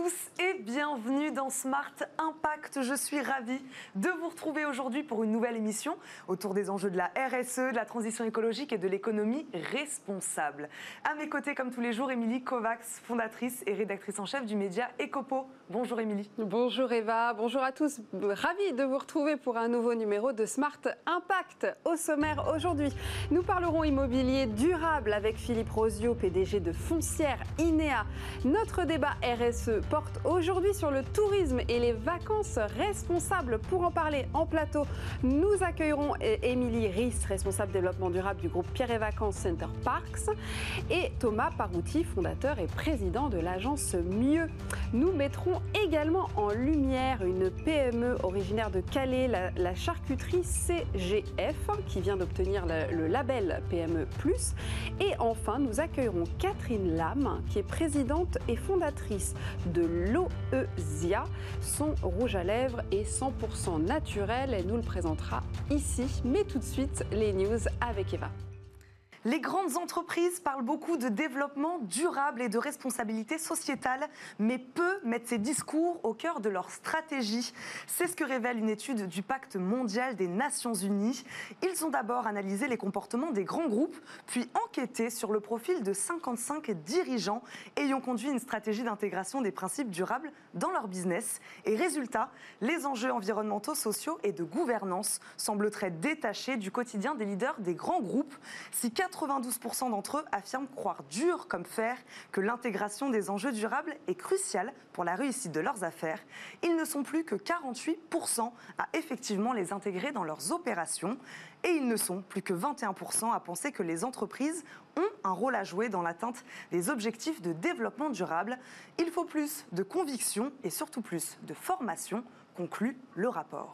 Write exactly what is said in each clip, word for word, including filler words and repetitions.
tous et bienvenue dans Smart Impact. Je suis ravie de vous retrouver aujourd'hui pour une nouvelle émission autour des enjeux de la R S E, de la transition écologique et de l'économie responsable. À mes côtés, comme tous les jours, Émilie Kovacs, fondatrice et rédactrice en chef du média Ecopo. Bonjour Émilie. Bonjour Eva, bonjour à tous. Ravie de vous retrouver pour un nouveau numéro de Smart Impact. Au sommaire aujourd'hui, nous parlerons immobilier durable avec Philippe Rosiot, P D G de Foncière Inéa. Notre débat R S E porte aujourd'hui sur le tourisme et les vacances responsables. Pour en parler en plateau, nous accueillerons Émilie Ries, responsable développement durable du groupe Pierre et Vacances Center Parks, et Thomas Parouti, fondateur et président de l'agence Mieux. Nous mettrons également en lumière une P M E originaire de Calais, la, la charcuterie C G F, qui vient d'obtenir le, le label P M E plus. Et enfin, nous accueillerons Catherine Lam, qui est présidente et fondatrice de l'Oesia. Son rouge à lèvres est cent pour cent naturel. Elle nous le présentera ici. Mais tout de suite, les news avec Eva. Les grandes entreprises parlent beaucoup de développement durable et de responsabilité sociétale, mais peu mettent ces discours au cœur de leur stratégie. C'est ce que révèle une étude du Pacte mondial des Nations Unies. Ils ont d'abord analysé les comportements des grands groupes, puis enquêté sur le profil de cinquante-cinq dirigeants ayant conduit une stratégie d'intégration des principes durables dans leur business. Et résultat, les enjeux environnementaux, sociaux et de gouvernance semblent très détachés du quotidien des leaders des grands groupes. Si quatre-vingt-douze pour cent d'entre eux affirment croire dur comme fer que l'intégration des enjeux durables est cruciale pour la réussite de leurs affaires. Ils ne sont plus que quarante-huit pour cent à effectivement les intégrer dans leurs opérations et ils ne sont plus que vingt et un pour cent à penser que les entreprises ont un rôle à jouer dans l'atteinte des objectifs de développement durable. Il faut plus de conviction et surtout plus de formation, conclut le rapport.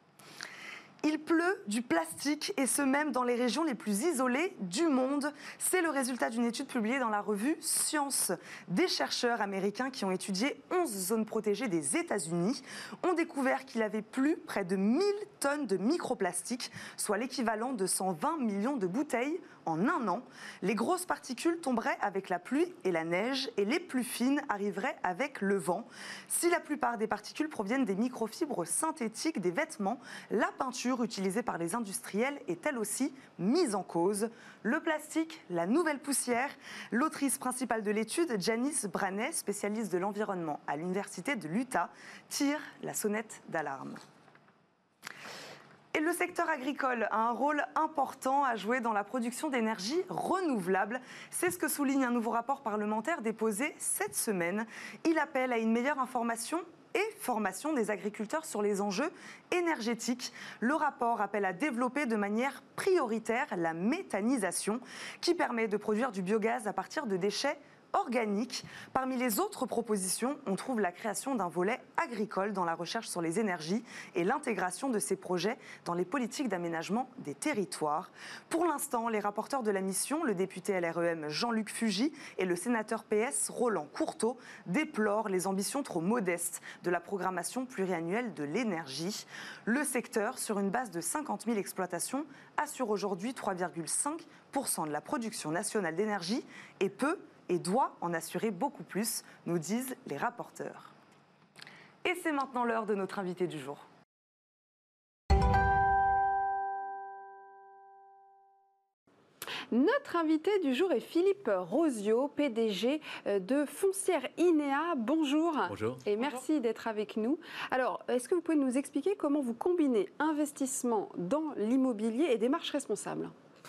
Il pleut du plastique et ce même dans les régions les plus isolées du monde. C'est le résultat d'une étude publiée dans la revue Science. Des chercheurs américains qui ont étudié onze zones protégées des États-Unis ont découvert qu'il avait plu près de mille tonnes de microplastiques, soit l'équivalent de cent vingt millions de bouteilles en un an. Les grosses particules tomberaient avec la pluie et la neige et les plus fines arriveraient avec le vent. Si la plupart des particules proviennent des microfibres synthétiques des vêtements, la peinture utilisée par les industriels est elle aussi mise en cause. Le plastique, la nouvelle poussière. L'autrice principale de l'étude, Janice Brannet, spécialiste de l'environnement à l'université de l'Utah, tire la sonnette d'alarme. Et le secteur agricole a un rôle important à jouer dans la production d'énergie renouvelable. C'est ce que souligne un nouveau rapport parlementaire déposé cette semaine. Il appelle à une meilleure information et formation des agriculteurs sur les enjeux énergétiques. Le rapport appelle à développer de manière prioritaire la méthanisation qui permet de produire du biogaz à partir de déchets organique. Parmi les autres propositions, on trouve la création d'un volet agricole dans la recherche sur les énergies et l'intégration de ces projets dans les politiques d'aménagement des territoires. Pour l'instant, les rapporteurs de la mission, le député L R E M Jean-Luc Fugit et le sénateur P S Roland Courteau, déplorent les ambitions trop modestes de la programmation pluriannuelle de l'énergie. Le secteur, sur une base de cinquante mille exploitations, assure aujourd'hui trois virgule cinq pour cent de la production nationale d'énergie et peut et doit en assurer beaucoup plus, nous disent les rapporteurs. Et c'est maintenant l'heure de notre invité du jour. Notre invité du jour est Philippe Rosiot, P D G de Foncière Inéa. Bonjour. Bonjour. Et merci d'être avec nous. Alors, est-ce que vous pouvez nous expliquer comment vous combinez investissement dans l'immobilier et démarche responsable ?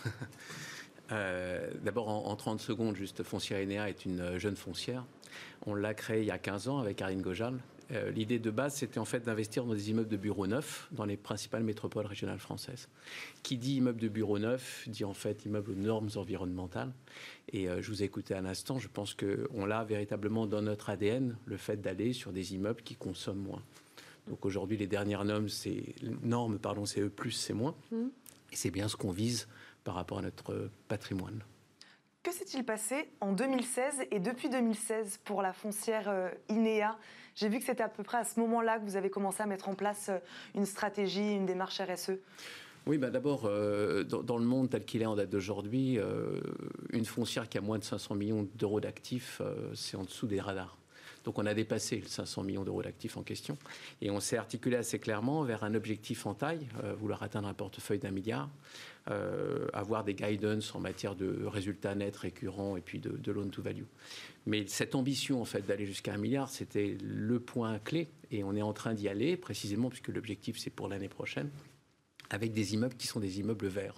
Euh, D'abord, en, en trente secondes, juste, Foncière Inéa est une jeune foncière. On l'a créée il y a quinze ans avec Karine Gojal. Euh, L'idée de base, c'était en fait d'investir dans des immeubles de bureaux neufs dans les principales métropoles régionales françaises. Qui dit immeuble de bureaux neufs dit en fait immeuble aux normes environnementales. Et euh, je vous ai écouté à l'instant, je pense qu'on l'a véritablement dans notre A D N, le fait d'aller sur des immeubles qui consomment moins. Donc aujourd'hui, les dernières normes, c'est normes, pardon, c'est E plus, c'est moins. Mmh. Et c'est bien ce qu'on vise par rapport à notre patrimoine. Que s'est-il passé en deux mille seize et depuis deux mille seize pour la foncière euh, Inéa? J'ai vu que c'était à peu près à ce moment-là que vous avez commencé à mettre en place euh, une stratégie, une démarche R S E. Oui, bah d'abord, euh, dans, dans le monde tel qu'il est en date d'aujourd'hui, euh, une foncière qui a moins de cinq cents millions d'euros d'actifs, euh, c'est en dessous des radars. Donc on a dépassé les cinq cents millions d'euros d'actifs en question. Et on s'est articulé assez clairement vers un objectif en taille, euh, vouloir atteindre un portefeuille d'un milliard, euh, avoir des guidance en matière de résultats nets récurrents et puis de, de loan to value. Mais cette ambition en fait d'aller jusqu'à un milliard, c'était le point clé. Et on est en train d'y aller précisément puisque l'objectif c'est pour l'année prochaine, avec des immeubles qui sont des immeubles verts.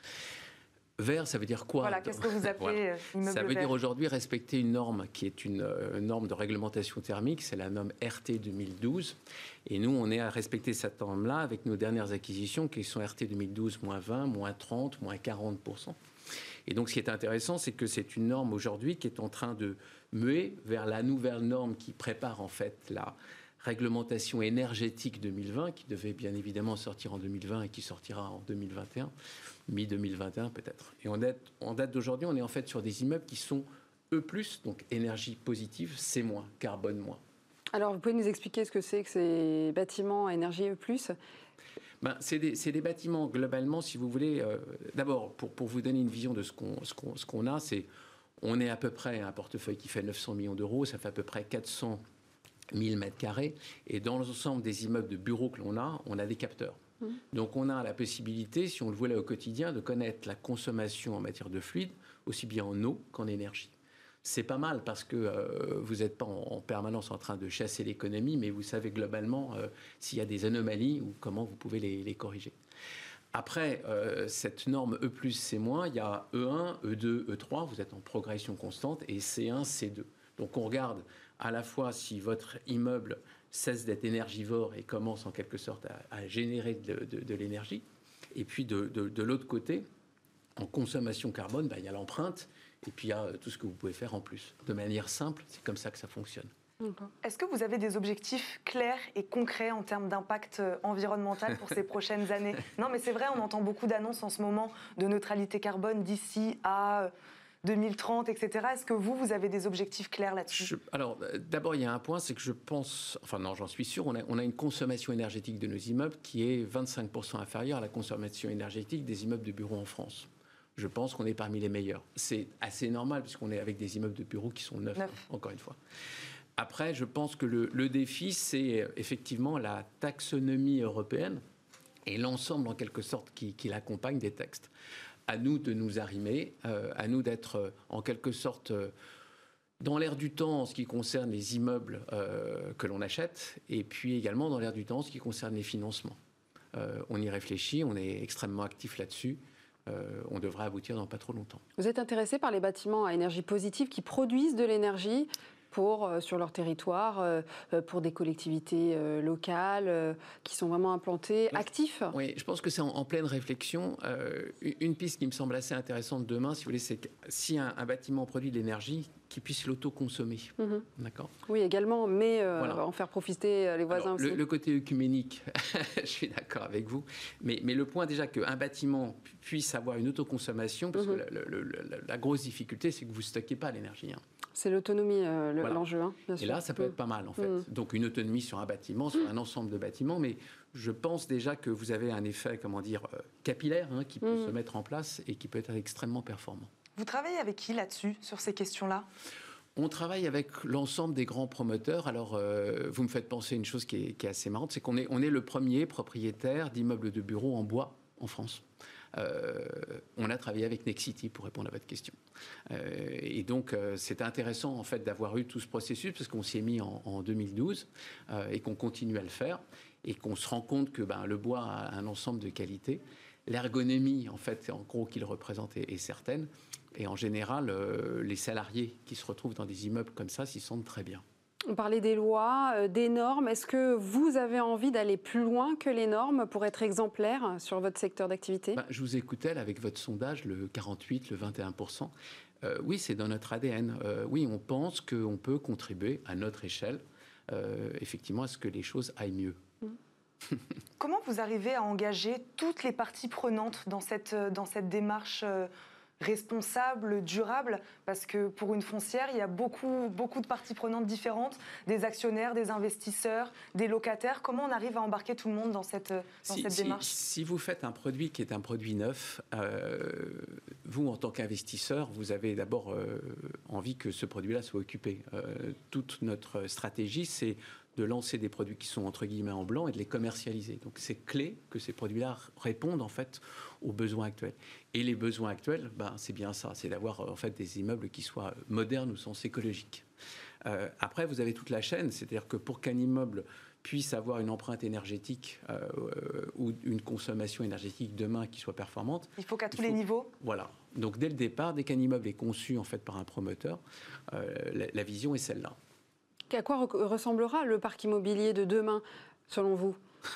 Vert, ça veut dire quoi? Voilà, qu'est-ce que vous appelez voilà. immeuble Ça veut vert? dire aujourd'hui respecter une norme qui est une euh, norme de réglementation thermique, c'est la norme R T deux mille douze. Et nous, on est à respecter cette norme-là avec nos dernières acquisitions qui sont R T deux mille douze moins vingt, moins trente, moins quarante pour cent. Et donc, ce qui est intéressant, c'est que c'est une norme aujourd'hui qui est en train de muer vers la nouvelle norme qui prépare en fait la réglementation énergétique deux mille vingt, qui devait bien évidemment sortir en deux mille vingt et qui sortira en deux mille vingt et un, mi deux mille vingt et un peut-être. Et en date, en date d'aujourd'hui, on est en fait sur des immeubles qui sont E plus, donc énergie positive, C moins, carbone moins. Alors, vous pouvez nous expliquer ce que c'est que ces bâtiments à énergie E plus? Ben, c'est des, c'est des bâtiments, globalement, si vous voulez, euh, d'abord, pour, pour vous donner une vision de ce qu'on, ce qu'on, ce qu'on a, c'est on est à peu près à un portefeuille qui fait neuf cents millions d'euros, ça fait à peu près quatre cent mille mètres carrés, et dans l'ensemble des immeubles de bureaux que l'on a, on a des capteurs. Mmh. Donc on a la possibilité, si on le voulait au quotidien, de connaître la consommation en matière de fluide, aussi bien en eau qu'en énergie. C'est pas mal parce que euh, vous n'êtes pas en, en permanence en train de chasser l'économie, mais vous savez globalement euh, s'il y a des anomalies ou comment vous pouvez les, les corriger. Après, euh, cette norme E plus, C moins, il y a E un, E deux, E trois, vous êtes en progression constante, et C un, C deux. Donc on regarde à la fois si votre immeuble cesse d'être énergivore et commence en quelque sorte à, à générer de, de, de l'énergie. Et puis de, de, de l'autre côté, en consommation carbone, ben, il y a l'empreinte et puis il y a tout ce que vous pouvez faire en plus. De manière simple, c'est comme ça que ça fonctionne. Est-ce que vous avez des objectifs clairs et concrets en termes d'impact environnemental pour ces prochaines années? Non, mais c'est vrai, on entend beaucoup d'annonces en ce moment de neutralité carbone d'ici à deux mille trente, et cetera. Est-ce que vous, vous avez des objectifs clairs là-dessus? je, Alors, d'abord, il y a un point, c'est que je pense, enfin non, j'en suis sûr, on a, on a une consommation énergétique de nos immeubles qui est vingt-cinq pour cent inférieure à la consommation énergétique des immeubles de bureaux en France. Je pense qu'on est parmi les meilleurs. C'est assez normal puisqu'on est avec des immeubles de bureaux qui sont neufs, Neuf. hein, encore une fois. Après, je pense que le, le défi, c'est effectivement la taxonomie européenne et l'ensemble, en quelque sorte, qui, qui l'accompagne des textes. À nous de nous arrimer, euh, à nous d'être, euh, en quelque sorte, euh, dans l'air du temps en ce qui concerne les immeubles euh, que l'on achète, et puis également dans l'air du temps en ce qui concerne les financements. Euh, on y réfléchit, on est extrêmement actif là-dessus. Euh, on devrait aboutir dans pas trop longtemps. Vous êtes intéressé par les bâtiments à énergie positive qui produisent de l'énergie pour, euh, sur leur territoire, euh, pour des collectivités euh, locales euh, qui sont vraiment implantées, oui. actifs? Oui, je pense que c'est en, en pleine réflexion. Euh, une piste qui me semble assez intéressante demain, si vous voulez, c'est que si un, un bâtiment produit de l'énergie, qu'il puisse l'autoconsommer. Mm-hmm. D'accord ? Oui, également, mais euh, voilà. en faire profiter les voisins. Alors, aussi. Le, le côté œcuménique, je suis d'accord avec vous, mais, mais le point déjà qu'un bâtiment puisse avoir une autoconsommation, parce mm-hmm. que la, la, la, la grosse difficulté, c'est que vous ne stockez pas l'énergie. Hein. C'est l'autonomie, euh, le, voilà. l'enjeu. Hein, bien Et sûr. là, ça peut mmh. être pas mal, en fait. Mmh. Donc, une autonomie sur un bâtiment, sur un ensemble de bâtiments. Mais je pense déjà que vous avez un effet, comment dire, euh, capillaire hein, qui peut mmh. se mettre en place et qui peut être extrêmement performant. Vous travaillez avec qui là-dessus, sur ces questions-là ? On travaille avec l'ensemble des grands promoteurs. Alors, euh, vous me faites penser à une chose qui est, qui est assez marrante, c'est qu'on est, on est le premier propriétaire d'immeubles de bureaux en bois en France. Euh, on a travaillé avec Nexity pour répondre à votre question. Euh, et donc, euh, c'est intéressant en fait d'avoir eu tout ce processus parce qu'on s'y est mis en, en deux mille douze euh, et qu'on continue à le faire et qu'on se rend compte que ben, le bois a un ensemble de qualités. L'ergonomie, en fait, en gros, qu'il représente est, est certaine. Et en général, euh, les salariés qui se retrouvent dans des immeubles comme ça s'y sentent très bien. On parlait des lois, euh, des normes. Est-ce que vous avez envie d'aller plus loin que les normes pour être exemplaire sur votre secteur d'activité ? Ben, je vous écoutais là, avec votre sondage, le quarante-huit, le vingt et un pour cent. Euh, oui, c'est dans notre A D N. Euh, oui, on pense qu'on peut contribuer à notre échelle, euh, effectivement, à ce que les choses aillent mieux. Mmh. Comment vous arrivez à engager toutes les parties prenantes dans cette, dans cette démarche euh, responsable, durable, parce que pour une foncière, il y a beaucoup, beaucoup de parties prenantes différentes, des actionnaires, des investisseurs, des locataires. Comment on arrive à embarquer tout le monde dans cette, dans si, cette si, démarche ? Si vous faites un produit qui est un produit neuf, euh, vous, en tant qu'investisseur, vous avez d'abord euh, envie que ce produit-là soit occupé. Euh, toute notre stratégie, c'est de lancer des produits qui sont entre guillemets en blanc et de les commercialiser. Donc c'est clé que ces produits-là répondent en fait aux besoins actuels. Et les besoins actuels, ben, c'est bien ça, c'est d'avoir en fait des immeubles qui soient modernes au sens écologique. Euh, après, vous avez toute la chaîne, c'est-à-dire que pour qu'un immeuble puisse avoir une empreinte énergétique euh, euh, ou une consommation énergétique demain qui soit performante. Il faut qu'à tous faut, les niveaux. Voilà. Donc dès le départ, dès qu'un immeuble est conçu en fait par un promoteur, euh, la, la vision est celle-là. À quoi re- ressemblera le parc immobilier de demain, selon vous?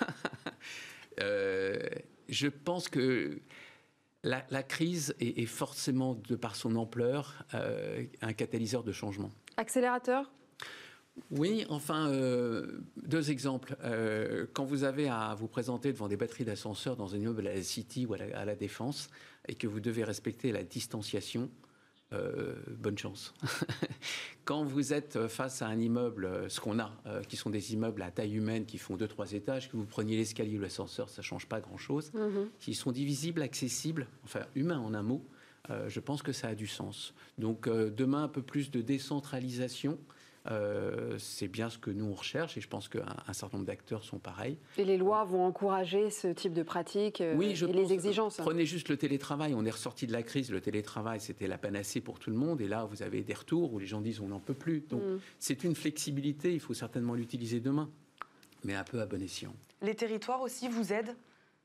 euh, Je pense que la, la crise est, est forcément, de par son ampleur, euh, un catalyseur de changement. Accélérateur? Oui, enfin, euh, deux exemples. Euh, quand vous avez à vous présenter devant des batteries d'ascenseurs dans un immeuble à la City ou à la, à la Défense et que vous devez respecter la distanciation, euh, bonne chance. Quand vous êtes face à un immeuble, ce qu'on a, euh, qui sont des immeubles à taille humaine qui font deux, trois étages, que vous preniez l'escalier ou l'ascenseur, ça ne change pas grand-chose. Mm-hmm. S'ils sont divisibles, accessibles, enfin humains en un mot, euh, je pense que ça a du sens. Donc euh, demain, un peu plus de décentralisation. Euh, c'est bien ce que nous on recherche et je pense qu'un un certain nombre d'acteurs sont pareils. Et les lois vont encourager ce type de pratique euh, oui, je et pense, les exigences. Prenez juste le télétravail, on est ressorti de la crise, le télétravail c'était la panacée pour tout le monde et là vous avez des retours où les gens disent on n'en peut plus. Donc mm. c'est une flexibilité, il faut certainement l'utiliser demain, mais un peu à bon escient. Les territoires aussi vous aident ?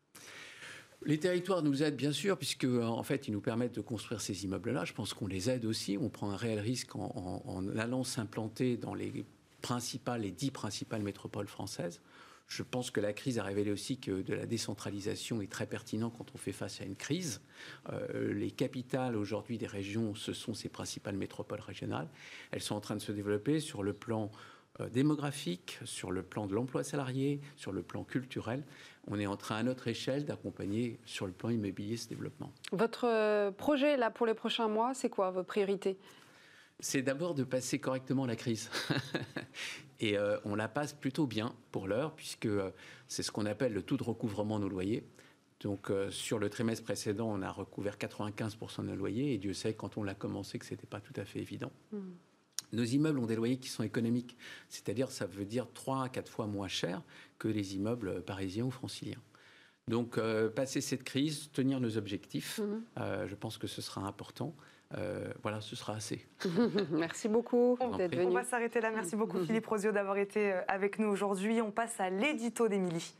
Les territoires nous aident bien sûr, puisque en fait ils nous permettent de construire ces immeubles-là. Je pense qu'on les aide aussi. On prend un réel risque en, en, en allant s'implanter dans les principales, les dix principales métropoles françaises. Je pense que la crise a révélé aussi que de la décentralisation est très pertinent quand on fait face à une crise. Euh, les capitales aujourd'hui des régions, ce sont ces principales métropoles régionales. Elles sont en train de se développer sur le plan démographique, sur le plan de l'emploi salarié, sur le plan culturel. On est en train, à notre échelle, d'accompagner sur le plan immobilier ce développement. Votre projet, là, pour les prochains mois, c'est quoi, votre priorité ? C'est d'abord de passer correctement la crise. Et euh, on la passe plutôt bien pour l'heure, puisque euh, c'est ce qu'on appelle le taux de recouvrement de nos loyers. Donc, euh, sur le trimestre précédent, on a recouvert quatre-vingt-quinze pour cent de nos loyers, et Dieu sait, quand on l'a commencé, que ce n'était pas tout à fait évident. Mmh. Nos immeubles ont des loyers qui sont économiques, c'est-à-dire ça veut dire trois à quatre fois moins cher que les immeubles parisiens ou franciliens. Donc, euh, passer cette crise, tenir nos objectifs, mmh. euh, je pense que ce sera important. Euh, voilà, ce sera assez. Merci beaucoup d'être venu. On va s'arrêter là. Merci beaucoup Philippe Rosiot d'avoir été avec nous aujourd'hui. On passe à l'édito d'Émilie.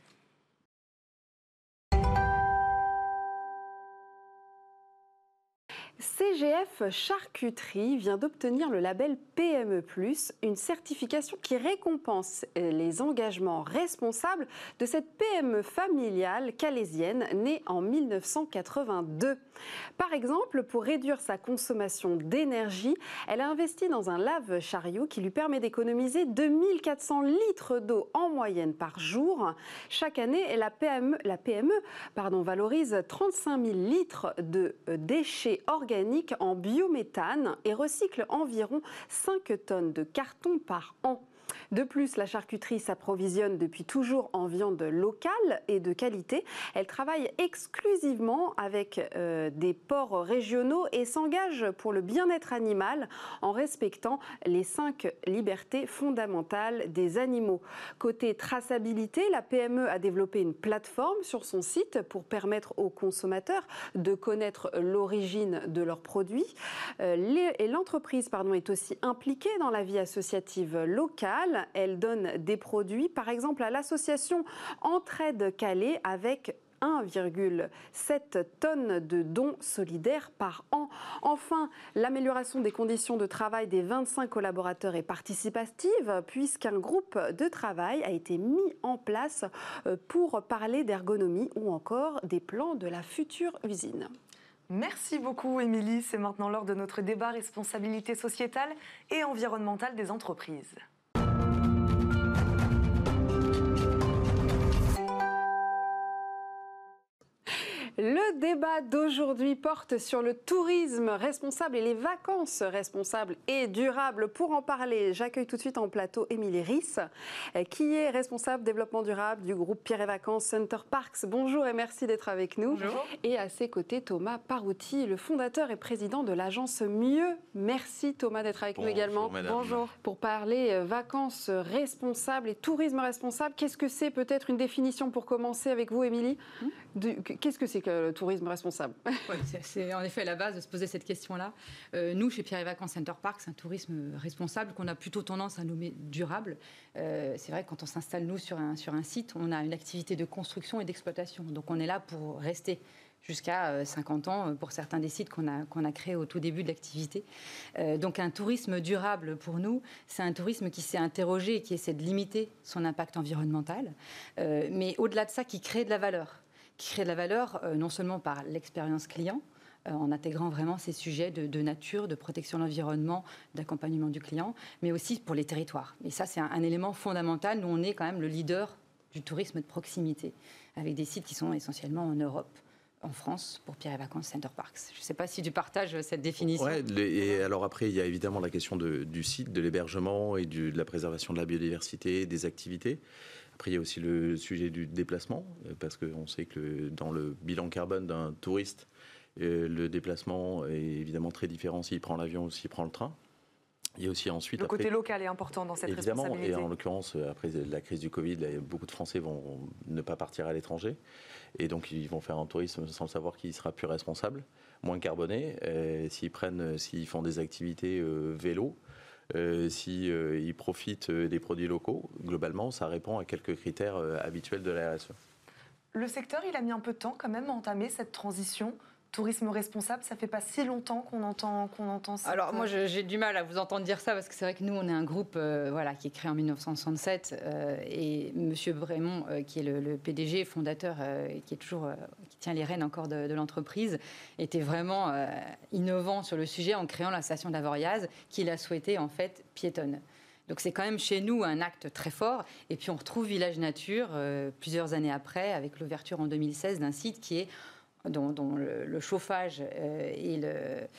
C G F Charcuterie vient d'obtenir le label P M E plus, une certification qui récompense les engagements responsables de cette P M E familiale calaisienne née en mille neuf cent quatre-vingt-deux. Par exemple, pour réduire sa consommation d'énergie, elle a investi dans un lave-chariot qui lui permet d'économiser deux mille quatre cents litres d'eau en moyenne par jour. Chaque année, la P M E, la P M E pardon, valorise trente-cinq mille litres de déchets organiques en biométhane et recycle environ cinq tonnes de carton par an. De plus, la charcuterie s'approvisionne depuis toujours en viande locale et de qualité. Elle travaille exclusivement avec euh, des porcs régionaux et s'engage pour le bien-être animal en respectant les cinq libertés fondamentales des animaux. Côté traçabilité, la P M E a développé une plateforme sur son site pour permettre aux consommateurs de connaître l'origine de leurs produits. Euh, les, et l'entreprise pardon, est aussi impliquée dans la vie associative locale. Elle donne des produits, par exemple à l'association Entraide Calais avec un virgule sept tonnes de dons solidaires par an. Enfin, l'amélioration des conditions de travail des vingt-cinq collaborateurs est participative puisqu'un groupe de travail a été mis en place pour parler d'ergonomie ou encore des plans de la future usine. Merci beaucoup Émilie. C'est maintenant l'heure de notre débat responsabilité sociétale et environnementale des entreprises. Le débat d'aujourd'hui porte sur le tourisme responsable et les vacances responsables et durables. Pour en parler, j'accueille tout de suite en plateau Émilie Ries, qui est responsable développement durable du groupe Pierre et Vacances Center Parcs. Bonjour et merci d'être avec nous. Bonjour. Et à ses côtés, Thomas Parouti, le fondateur et président de l'agence Mieux. Merci Thomas d'être avec Bonjour, nous également. Madame. Bonjour. Pour parler vacances responsables et tourisme responsable, qu'est-ce que c'est? Peut-être une définition pour commencer avec vous, Émilie. Hum? Qu'est-ce que c'est que le tourisme responsable? Ouais, c'est en effet la base de se poser cette question-là. Euh, nous, chez Pierre et Vacances Center Parcs, c'est un tourisme responsable qu'on a plutôt tendance à nommer durable. Euh, c'est vrai que quand on s'installe, nous, sur un, sur un site, on a une activité de construction et d'exploitation. Donc on est là pour rester jusqu'à cinquante ans pour certains des sites qu'on a, qu'on a créés au tout début de l'activité. Euh, donc un tourisme durable, pour nous, c'est un tourisme qui s'est interrogé et qui essaie de limiter son impact environnemental, euh, mais au-delà de ça, qui crée de la valeur. qui crée de la valeur euh, non seulement par l'expérience client, euh, en intégrant vraiment ces sujets de, de nature, de protection de l'environnement, d'accompagnement du client, mais aussi pour les territoires. Et ça, c'est un, un élément fondamental. Nous, on est quand même le leader du tourisme de proximité, avec des sites qui sont essentiellement en Europe, en France, pour Pierre et Vacances Center Parcs. Je ne sais pas si tu partages cette définition. Ouais, et alors après, il y a évidemment la question de, du site, de l'hébergement et du, de la préservation de la biodiversité, des activités. Après, il y a aussi le sujet du déplacement, parce qu'on sait que le, dans le bilan carbone d'un touriste, euh, le déplacement est évidemment très différent s'il prend l'avion ou s'il prend le train. Il y a aussi ensuite... Le après, côté local est important dans cette évidemment, responsabilité. Et en l'occurrence, après la crise du Covid, là, beaucoup de Français vont ne pas partir à l'étranger. Et donc, ils vont faire un tourisme sans le savoir qui sera plus responsable, moins carboné. Euh, s'ils prennent, s'ils font des activités euh, vélo, Euh, si euh, ils profitent des produits locaux, globalement, ça répond à quelques critères euh, habituels de la R S E. Le secteur, il a mis un peu de temps quand même à entamer cette transition. Tourisme responsable, ça fait pas si longtemps qu'on entend, qu'on entend ça. Alors moi, j'ai du mal à vous entendre dire ça parce que c'est vrai que nous, on est un groupe euh, voilà, qui est créé en mille neuf cent soixante-sept euh, et Monsieur Brémond, euh, qui est le, le P D G, fondateur, euh, qui est toujours, euh, qui tient les rênes encore de, de l'entreprise, était vraiment euh, innovant sur le sujet en créant la station d'Avoriaz, qu'il a souhaité en fait piétonne. Donc c'est quand même chez nous un acte très fort. Et puis on retrouve Village Nature euh, plusieurs années après avec l'ouverture en deux mille seize d'un site qui est Dont, dont le, le chauffage euh, et le,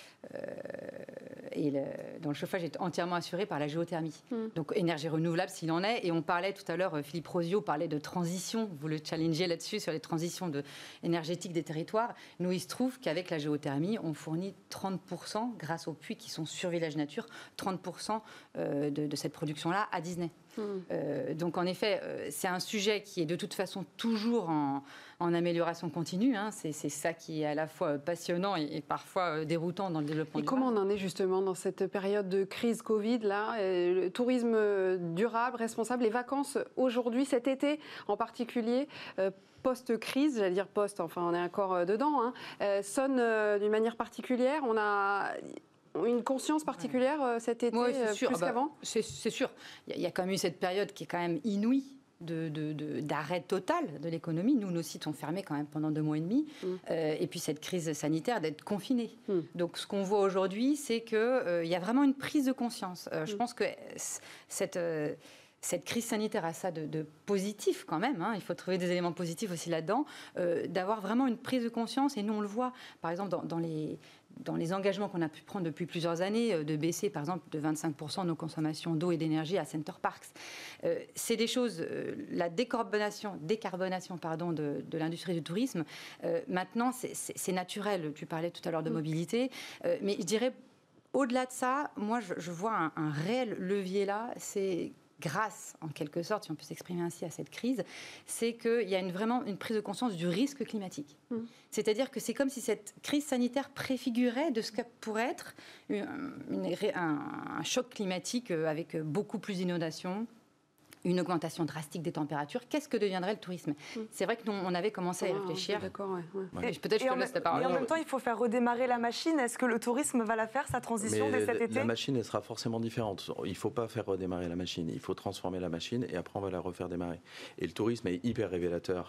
euh, et le, dont le chauffage est entièrement assuré par la géothermie. Mm. Donc énergie renouvelable s'il en est. Et on parlait tout à l'heure, Philippe Rosio parlait de transition. Vous le challengez là-dessus sur les transitions de, énergétiques des territoires. Nous, il se trouve qu'avec la géothermie, on fournit trente pour cent, grâce aux puits qui sont sur Village Nature, trente pour cent euh, de, de cette production-là à Disney. Mmh. Euh, donc en effet, euh, c'est un sujet qui est de toute façon toujours en, en amélioration continue. Hein. C'est, c'est ça qui est à la fois passionnant et, et parfois euh, déroutant dans le développement. Et comment on en est justement dans cette période de crise Covid là, euh, le tourisme durable, responsable, les vacances aujourd'hui, cet été en particulier euh, post-crise, j'allais dire post, enfin on est encore dedans, hein, euh, sonne euh, d'une manière particulière. On a une conscience particulière euh, cet été, ouais, euh, sûr. plus ah bah, qu'avant? C'est, c'est sûr. Il y, y a quand même eu cette période qui est quand même inouïe. De, de, de, d'arrêt total de l'économie. Nous, nos sites ont fermé quand même pendant deux mois et demi. Mmh. Euh, et puis cette crise sanitaire d'être confinés. Mmh. Donc ce qu'on voit aujourd'hui, c'est qu'il euh, y a vraiment une prise de conscience. Euh, mmh. Je pense que cette... Euh, Cette crise sanitaire a ça de, de positif quand même, hein, il faut trouver des éléments positifs aussi là-dedans, euh, d'avoir vraiment une prise de conscience. Et nous, on le voit, par exemple, dans, dans, les, dans les engagements qu'on a pu prendre depuis plusieurs années, euh, de baisser, par exemple, de vingt-cinq pour cent nos consommations d'eau et d'énergie à Center Parcs. Euh, c'est des choses, euh, la décarbonation, décarbonation pardon, de, de l'industrie du tourisme, euh, maintenant, c'est, c'est, c'est naturel. Tu parlais tout à l'heure de mobilité, euh, mais je dirais, au-delà de ça, moi, je, je vois un, un réel levier là, c'est... grâce, en quelque sorte, si on peut s'exprimer ainsi, à cette crise, c'est qu'il y a une, vraiment une prise de conscience du risque climatique. Mmh. C'est-à-dire que c'est comme si cette crise sanitaire préfigurait de ce que pourrait être une, une, un, un choc climatique avec beaucoup plus d'inondations, une augmentation drastique des températures. Qu'est-ce que deviendrait le tourisme ? mmh. C'est vrai que nous, on avait commencé ah, à y réfléchir. D'accord, ouais, ouais. Et, Peut-être je te laisse la parole. Et en même temps, il faut faire redémarrer la machine. Est-ce que le tourisme va la faire, sa transition, Mais dès cet la, été ? La machine, elle sera forcément différente. Il ne faut pas faire redémarrer la machine. Il faut transformer la machine et après, on va la refaire démarrer. Et le tourisme est hyper révélateur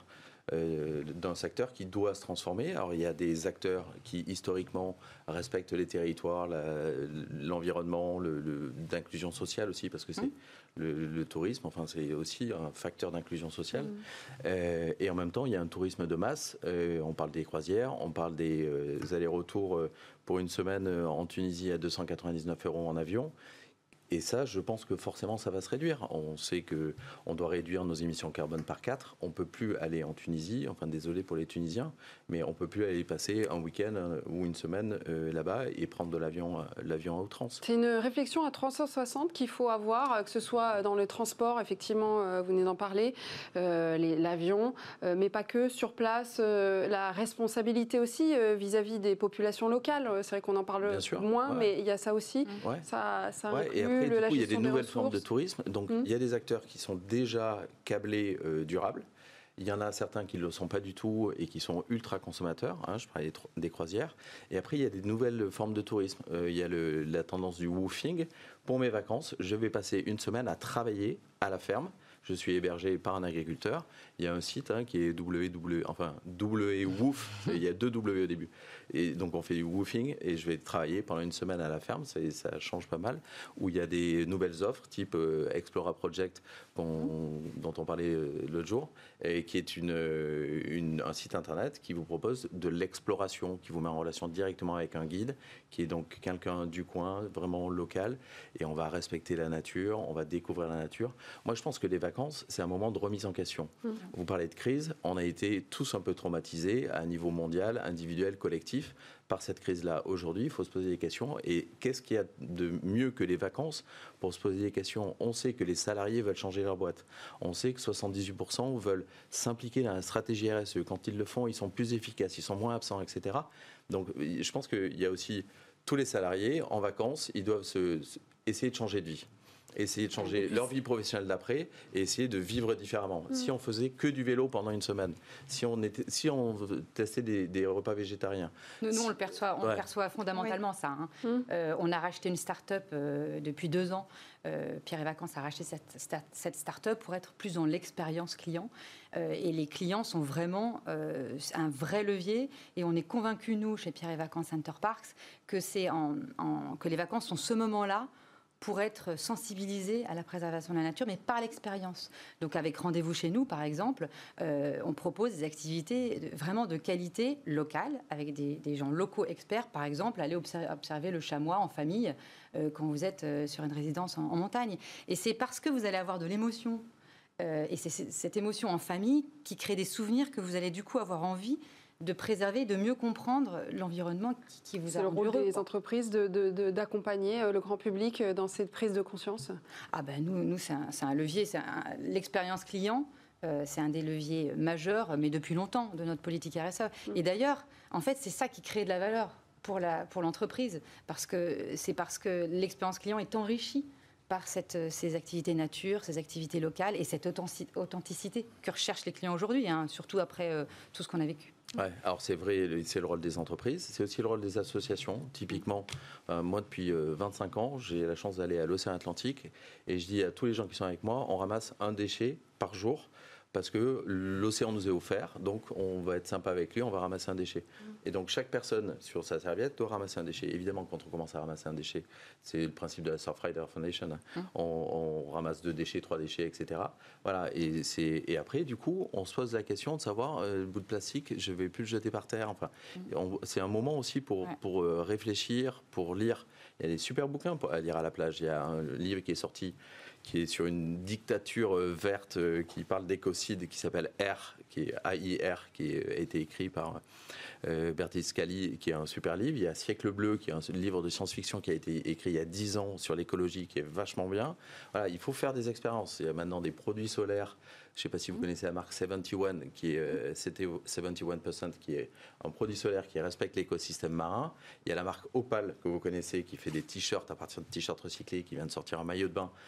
euh, d'un secteur qui doit se transformer. Alors il y a des acteurs qui historiquement respectent les territoires, la, l'environnement, le, le, d'inclusion sociale aussi, parce que c'est mmh. le, le tourisme, enfin c'est aussi un facteur d'inclusion sociale. Mmh. Euh, et en même temps, il y a un tourisme de masse. Euh, on parle des croisières, on parle des euh, allers-retours euh, pour une semaine euh, en Tunisie à deux cent quatre-vingt-dix-neuf euros en avion. Et ça, je pense que forcément, ça va se réduire. On sait qu'on doit réduire nos émissions carbone par quatre. On ne peut plus aller en Tunisie, enfin désolé pour les Tunisiens, mais on ne peut plus aller passer un week-end ou une semaine euh, là-bas et prendre de l'avion, euh, l'avion à outrance. C'est une réflexion à trois cent soixante qu'il faut avoir, que ce soit dans le transport, effectivement, euh, vous venez d'en parler, euh, les, l'avion, euh, mais pas que, sur place, euh, la responsabilité aussi euh, vis-à-vis des populations locales. C'est vrai qu'on en parle moins, ouais. mais il y a ça aussi. Ouais. Ça, ça ouais, inclut et après, le, du la coup, il y a des nouvelles des formes de tourisme. Donc, mmh. il y a des acteurs qui sont déjà câblés euh, durables. Il y en a certains qui ne le sont pas du tout et qui sont ultra consommateurs. Hein, je parlais des croisières. Et après, il y a des nouvelles formes de tourisme. Euh, il y a le, la tendance du woofing. Pour mes vacances, je vais passer une semaine à travailler à la ferme. Je suis hébergé par un agriculteur. Il y a un site hein, qui est W W, enfin W Woof. Il y a deux W au début. Et donc on fait du woofing et je vais travailler pendant une semaine à la ferme. Ça, ça change pas mal. Où il y a des nouvelles offres type euh, Explora Project dont, dont on parlait euh, l'autre jour, et qui est une, une, un site internet qui vous propose de l'exploration, qui vous met en relation directement avec un guide, qui est donc quelqu'un du coin, vraiment local. Et on va respecter la nature, on va découvrir la nature. Moi, je pense que les vacances, c'est un moment de remise en question. Mmh. Vous parlez de crise, on a été tous un peu traumatisés à un niveau mondial, individuel, collectif, par cette crise-là. Aujourd'hui, il faut se poser des questions. Et qu'est-ce qu'il y a de mieux que les vacances pour se poser des questions ? On sait que les salariés veulent changer leur boîte. On sait que soixante-dix-huit pour cent veulent s'impliquer dans la stratégie R S E. Quand ils le font, ils sont plus efficaces, ils sont moins absents, et cetera. Donc, je pense qu'il y a aussi tous les salariés en vacances, ils doivent se, se, essayer de changer de vie. Essayer de changer leur vie professionnelle d'après et essayer de vivre différemment. Mmh. Si on faisait que du vélo pendant une semaine, si on, était, si on testait des, des repas végétariens. Nous, nous on le perçoit, on ouais. le perçoit fondamentalement, oui. ça. Hein. Mmh. Euh, on a racheté une start-up euh, depuis deux ans. Euh, Pierre et Vacances a racheté cette, cette start-up pour être plus dans l'expérience client. Euh, et les clients sont vraiment euh, un vrai levier. Et on est convaincus, nous, chez Pierre et Vacances Center Parcs, que, c'est en, en, que les vacances sont ce moment-là pour être sensibilisés à la préservation de la nature, mais par l'expérience. Donc avec Rendez-vous chez nous, par exemple, euh, on propose des activités de, vraiment de qualité locale, avec des, des gens locaux experts, par exemple, aller observer, observer le chamois en famille euh, quand vous êtes euh, sur une résidence en, en montagne. Et c'est parce que vous allez avoir de l'émotion, euh, et c'est, c'est cette émotion en famille qui crée des souvenirs que vous allez du coup avoir envie de préserver, de mieux comprendre l'environnement qui, qui vous a rendu heureux. C'est le rôle des entreprises de, de, de, d'accompagner le grand public dans cette prise de conscience. Ah ben nous, nous c'est, un, c'est un levier, c'est un, l'expérience client, euh, c'est un des leviers majeurs, mais depuis longtemps, de notre politique R S E. Mmh. Et d'ailleurs, en fait, c'est ça qui crée de la valeur pour, la, pour l'entreprise, parce que c'est parce que l'expérience client est enrichie par cette, ces activités nature, ces activités locales et cette authenticité que recherchent les clients aujourd'hui, hein, surtout après euh, tout ce qu'on a vécu. Ouais, alors c'est vrai, c'est le rôle des entreprises, c'est aussi le rôle des associations. Typiquement, euh, moi depuis euh, vingt-cinq ans, j'ai la chance d'aller à l'océan Atlantique et je dis à tous les gens qui sont avec moi, on ramasse un déchet par jour parce que l'océan nous est offert, donc on va être sympa avec lui, on va ramasser un déchet. Et donc chaque personne sur sa serviette doit ramasser un déchet. Évidemment, quand on commence à ramasser un déchet, c'est le principe de la Surfrider Foundation. Mmh. On, on ramasse deux déchets, trois déchets, et cetera. Voilà. Et, c'est, et après, du coup, on se pose la question de savoir, euh, le bout de plastique, je ne vais plus le jeter par terre. Enfin, mmh. on, c'est un moment aussi pour, ouais. pour euh, réfléchir, pour lire. Il y a des super bouquins à lire à la plage. Il y a un livre qui est sorti qui est sur une dictature verte qui parle d'écocide, qui s'appelle R, qui est A I R, qui a été écrit par euh, Bertie Scali, qui est un super livre. Il y a Siècle bleu, qui est un livre de science-fiction qui a été écrit il y a dix ans sur l'écologie, qui est vachement bien. Voilà, il faut faire des expériences. Il y a maintenant des produits solaires. Je ne sais pas si vous connaissez la marque soixante et un, qui est euh, soixante et un pour cent, qui est un produit solaire qui respecte l'écosystème marin. Il y a la marque Opal, que vous connaissez, qui fait des t-shirts à partir de t-shirts recyclés, qui vient de sortir un maillot de bain avec des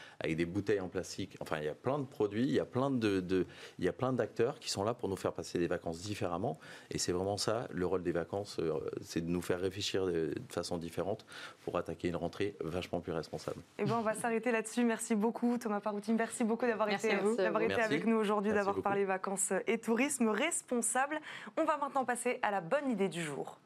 les bouteilles en plastique. Enfin, il y a plein de produits, il y a plein de, de, il y a plein d'acteurs qui sont là pour nous faire passer des vacances différemment. Et c'est vraiment ça, le rôle des vacances, euh, c'est de nous faire réfléchir de, de façon différente pour attaquer une rentrée vachement plus responsable. Et ben, on va s'arrêter là-dessus. Merci beaucoup, Thomas Parouti. Merci beaucoup d'avoir été, d'avoir été avec nous aujourd'hui, d'avoir parlé vacances et tourisme responsable. On va maintenant passer à la bonne idée du jour.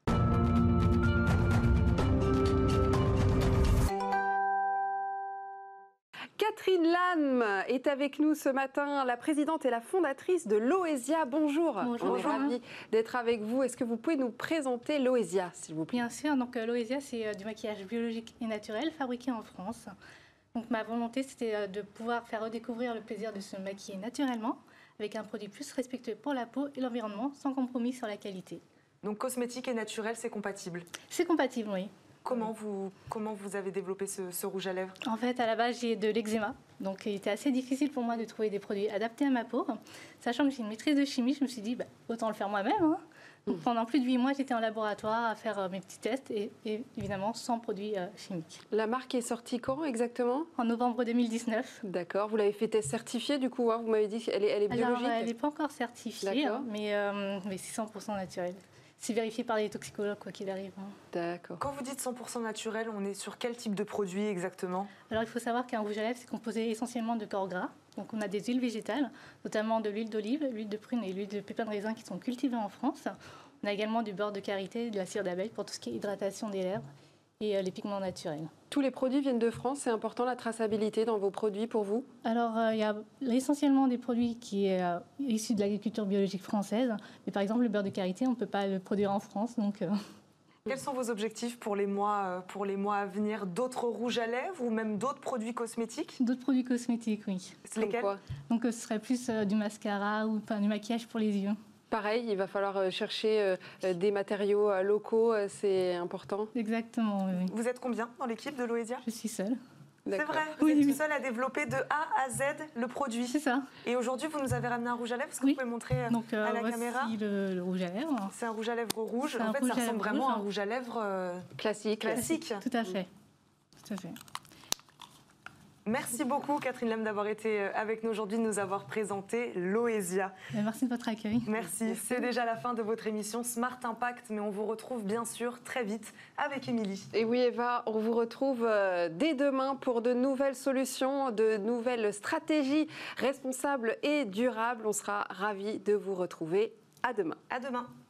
Catherine Lam est avec nous ce matin, la présidente et la fondatrice de Loesia. Bonjour. Bonjour. On est ravis d'être avec vous. Est-ce que vous pouvez nous présenter Loesia, s'il vous plaît? Bien sûr. Donc euh, Loesia, c'est euh, du maquillage biologique et naturel fabriqué en France. Donc ma volonté, c'était euh, de pouvoir faire redécouvrir le plaisir de se maquiller naturellement avec un produit plus respectueux pour la peau et l'environnement, sans compromis sur la qualité. Donc cosmétique et naturel, c'est compatible? C'est compatible, oui. Comment vous, comment vous avez développé ce, ce rouge à lèvres? En fait, à la base, j'ai de l'eczéma. Donc, il était assez difficile pour moi de trouver des produits adaptés à ma peau. Sachant que j'ai une maîtrise de chimie, je me suis dit, bah, autant le faire moi-même. Hein. Donc, pendant plus de huit mois, j'étais en laboratoire à faire euh, mes petits tests et, et évidemment sans produits euh, chimiques. La marque est sortie quand exactement? En novembre deux mille dix-neuf. D'accord. Vous l'avez fait certifier du coup, hein. Vous m'avez dit qu'elle est, elle est biologique? Alors, elle n'est pas encore certifiée, hein, mais, euh, mais c'est cent pour cent naturel. C'est vérifié par les toxicologues, quoi qu'il arrive. Hein. D'accord. Quand vous dites cent pour cent naturel, on est sur quel type de produit exactement? Alors, il faut savoir qu'un rouge à lèvres, c'est composé essentiellement de corps gras. Donc, on a des huiles végétales, notamment de l'huile d'olive, l'huile de prune et l'huile de pépins de raisin qui sont cultivées en France. On a également du beurre de karité, de la cire d'abeille pour tout ce qui est hydratation des lèvres et euh, les pigments naturels. Tous les produits viennent de France. C'est important la traçabilité dans vos produits pour vous? Alors, euh, il y a essentiellement des produits qui sont euh, issus de l'agriculture biologique française. Mais par exemple, le beurre de karité, on ne peut pas le produire en France. Donc, euh... Quels sont vos objectifs pour les mois, pour les mois à venir? D'autres rouges à lèvres ou même d'autres produits cosmétiques? D'autres produits cosmétiques, oui. Lesquels? Donc, euh, ce serait plus euh, du mascara ou enfin, du maquillage pour les yeux. Pareil, il va falloir chercher des matériaux locaux, c'est important. Exactement, oui. Vous êtes combien dans l'équipe de Loesia? Je suis seule. C'est vrai, vous oui, êtes oui. tout seul à développer de A à Z le produit. C'est ça. Et aujourd'hui, vous nous avez ramené un rouge à lèvres. Est-ce que oui. vous pouvez montrer Donc, euh, à la voici caméra le, le rouge à lèvres. C'est un rouge à lèvres rouge. En fait, rouge ça ressemble vraiment rouge. à un rouge à lèvres euh, classique. classique. Tout à fait. Tout à fait. Merci beaucoup, Catherine Lam, d'avoir été avec nous aujourd'hui, de nous avoir présenté Loesia. Merci de votre accueil. Merci. Merci. C'est déjà la fin de votre émission Smart Impact, mais on vous retrouve bien sûr très vite avec Émilie. Et oui, Eva, on vous retrouve dès demain pour de nouvelles solutions, de nouvelles stratégies responsables et durables. On sera ravis de vous retrouver. À demain. À demain.